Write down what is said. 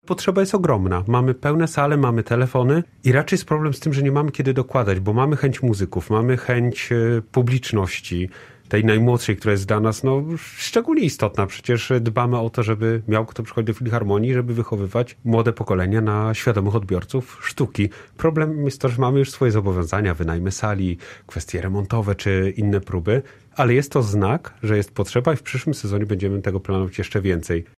potrzeba jest ogromna. Mamy pełne sale, mamy telefony i raczej jest problem z tym, że nie mamy kiedy dokładać, bo mamy chęć muzyków, mamy chęć publiczności, tej najmłodszej, która jest dla nas szczególnie istotna. Przecież dbamy o to, żeby miał kto przychodzić do Filharmonii, żeby wychowywać młode pokolenia na świadomych odbiorców sztuki. Problem jest to, że mamy już swoje zobowiązania, wynajmy sali, kwestie remontowe czy inne próby, ale jest to znak, że jest potrzeba i w przyszłym sezonie będziemy tego planować jeszcze więcej.